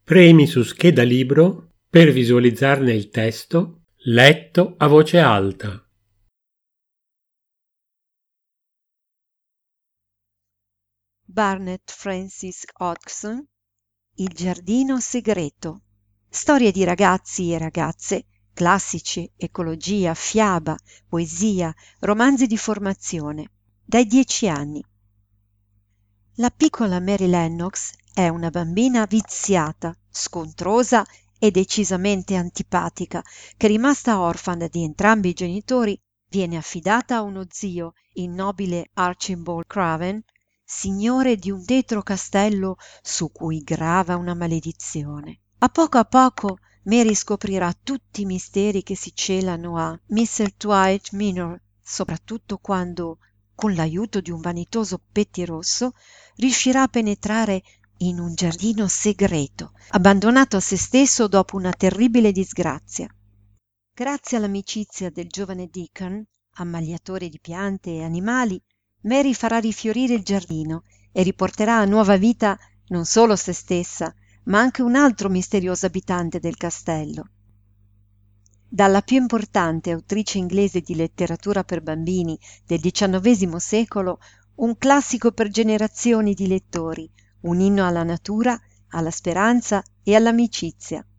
Premi su scheda libro per visualizzarne il testo letto a voce alta. Barnett Francis Hodgson, Il giardino segreto. Storie di ragazzi e ragazze, classici, ecologia, fiaba, poesia, romanzi di formazione. Dai 10 anni. La piccola Mary Lennox è una bambina viziata, scontrosa e decisamente antipatica, che rimasta orfana di entrambi i genitori, viene affidata a uno zio, il nobile Archibald Craven, signore di un tetro castello su cui grava una maledizione. A poco Mary scoprirà tutti i misteri che si celano a Misselthwaite Manor, soprattutto quando, con l'aiuto di un vanitoso pettirosso, riuscirà a penetrare in un giardino segreto, abbandonato a se stesso dopo una terribile disgrazia. Grazie all'amicizia del giovane Deacon, ammaliatore di piante e animali, Mary farà rifiorire il giardino e riporterà a nuova vita non solo se stessa, ma anche un altro misterioso abitante del castello. Dalla più importante autrice inglese di letteratura per bambini del XIX secolo, un classico per generazioni di lettori, un inno alla natura, alla speranza e all'amicizia.